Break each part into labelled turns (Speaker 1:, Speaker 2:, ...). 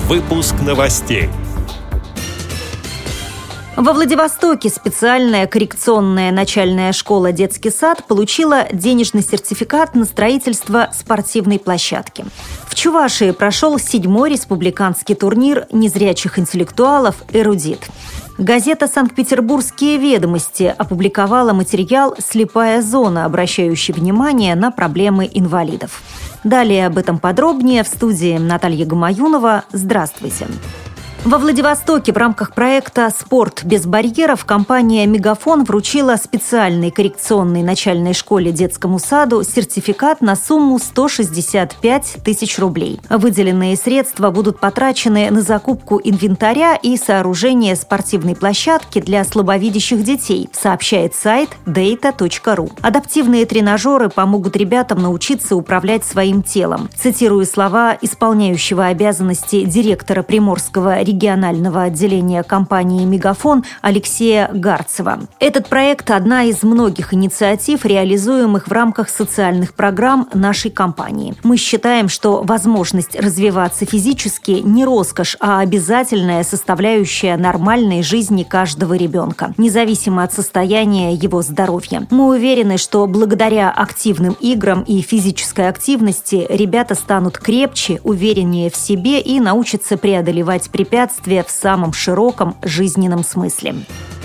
Speaker 1: Выпуск новостей.
Speaker 2: Во Владивостоке специальная коррекционная начальная школа «Детский сад» получила денежный сертификат на строительство спортивной площадки. В Чувашии прошел 7-й республиканский турнир незрячих интеллектуалов «Эрудит». Газета «Санкт-Петербургские ведомости» опубликовала материал «Слепая зона», обращающий внимание на проблемы инвалидов. Далее об этом подробнее в студии Наталья Гамаюнова. Здравствуйте. Во Владивостоке в рамках проекта «Спорт без барьеров» компания «Мегафон» вручила специальной коррекционной начальной школе детскому саду сертификат на сумму 165 тысяч рублей. Выделенные средства будут потрачены на закупку инвентаря и сооружение спортивной площадки для слабовидящих детей, сообщает сайт data.ru. Адаптивные тренажеры помогут ребятам научиться управлять своим телом. Цитирую слова исполняющего обязанности директора Приморского регионального отделения компании «Мегафон» Алексея Гарцева. Этот проект – одна из многих инициатив, реализуемых в рамках социальных программ нашей компании. Мы считаем, что возможность развиваться физически не роскошь, а обязательная составляющая нормальной жизни каждого ребенка, независимо от состояния его здоровья. Мы уверены, что благодаря активным играм и физической активности ребята станут крепче, увереннее в себе и научатся преодолевать препятствия в самом широком жизненном смысле.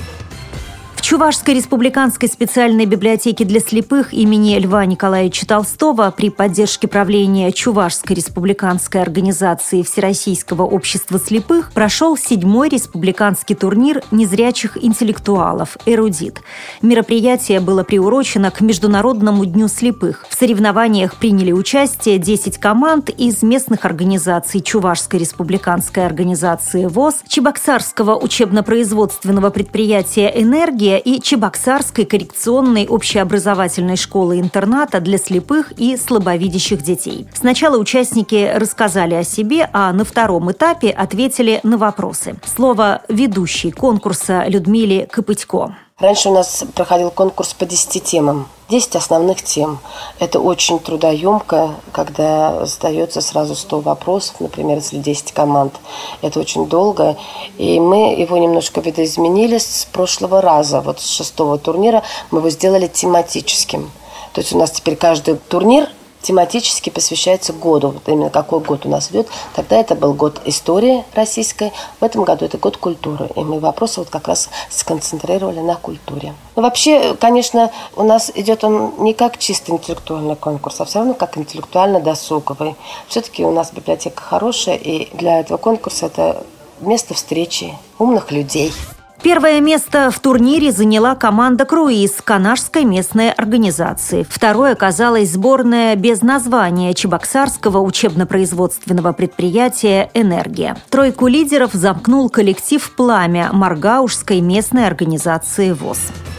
Speaker 2: В Чувашской республиканской специальной библиотеке для слепых имени Льва Николаевича Толстого при поддержке правления Чувашской республиканской организации Всероссийского общества слепых прошел 7-й республиканский турнир незрячих интеллектуалов «Эрудит». Мероприятие было приурочено к Международному дню слепых. В соревнованиях приняли участие 10 команд из местных организаций Чувашской республиканской организации ВОС, Чебоксарского учебно-производственного предприятия «Энергия» и Чебоксарской коррекционной общеобразовательной школы-интерната для слепых и слабовидящих детей. Сначала участники рассказали о себе, а на втором этапе ответили на вопросы. Слово ведущей конкурса Людмиле Копытько.
Speaker 3: Раньше у нас проходил конкурс по 10 темам. 10 основных тем. Это очень трудоемко, когда задается сразу 100 вопросов, например, если 10 команд. Это очень долго. И мы его немножко видоизменили с прошлого раза. Вот с 6-го турнира мы его сделали тематическим. То есть у нас теперь каждый турнир тематически посвящается году. Вот именно какой год у нас идет. Тогда это был год истории российской, в этом году это год культуры. И мы вопросы вот как раз сконцентрировали на культуре. Но вообще, конечно, у нас идет он не как чисто интеллектуальный конкурс, а все равно как интеллектуально-досуговый. Все-таки у нас библиотека хорошая, и для этого конкурса это место встречи умных людей.
Speaker 2: Первое место в турнире заняла команда «Круиз» канашской местной организации. Второе оказалась сборная без названия Чебоксарского учебно-производственного предприятия «Энергия». Тройку лидеров замкнул коллектив «Пламя» Маргаушской местной организации ВОС.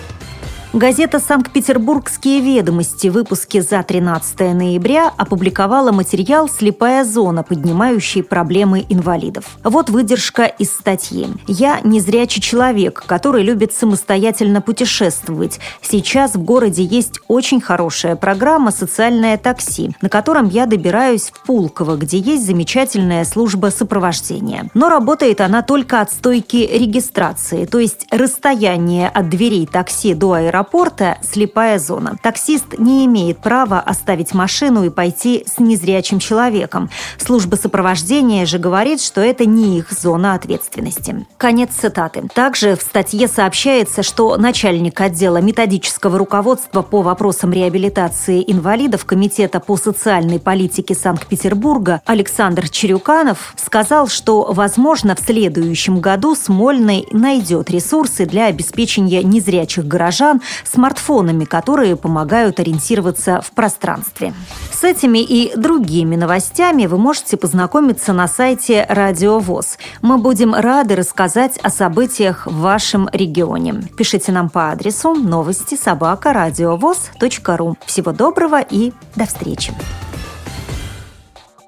Speaker 2: Газета «Санкт-Петербургские ведомости» в выпуске за 13 ноября опубликовала материал «Слепая зона», поднимающий проблемы инвалидов. Вот выдержка из статьи. «Я незрячий человек, который любит самостоятельно путешествовать. Сейчас в городе есть очень хорошая программа «Социальное такси», на котором я добираюсь в Пулково, где есть замечательная служба сопровождения. Но работает она только от стойки регистрации, то есть расстояние от дверей такси до аэропорта слепая зона. Таксист не имеет права оставить машину и пойти с незрячим человеком. Служба сопровождения же говорит, что это не их зона ответственности». Конец цитаты. Также в статье сообщается, что начальник отдела методического руководства по вопросам реабилитации инвалидов Комитета по социальной политике Санкт-Петербурга Александр Черюканов сказал, что, возможно, в следующем году Смольный найдет ресурсы для обеспечения незрячих горожан смартфонами, которые помогают ориентироваться в пространстве. С этими и другими новостями вы можете познакомиться на сайте Радио ВОС. Мы будем рады рассказать о событиях в вашем регионе. Пишите нам по адресу новости@радиовос.ру. Всего доброго и до встречи!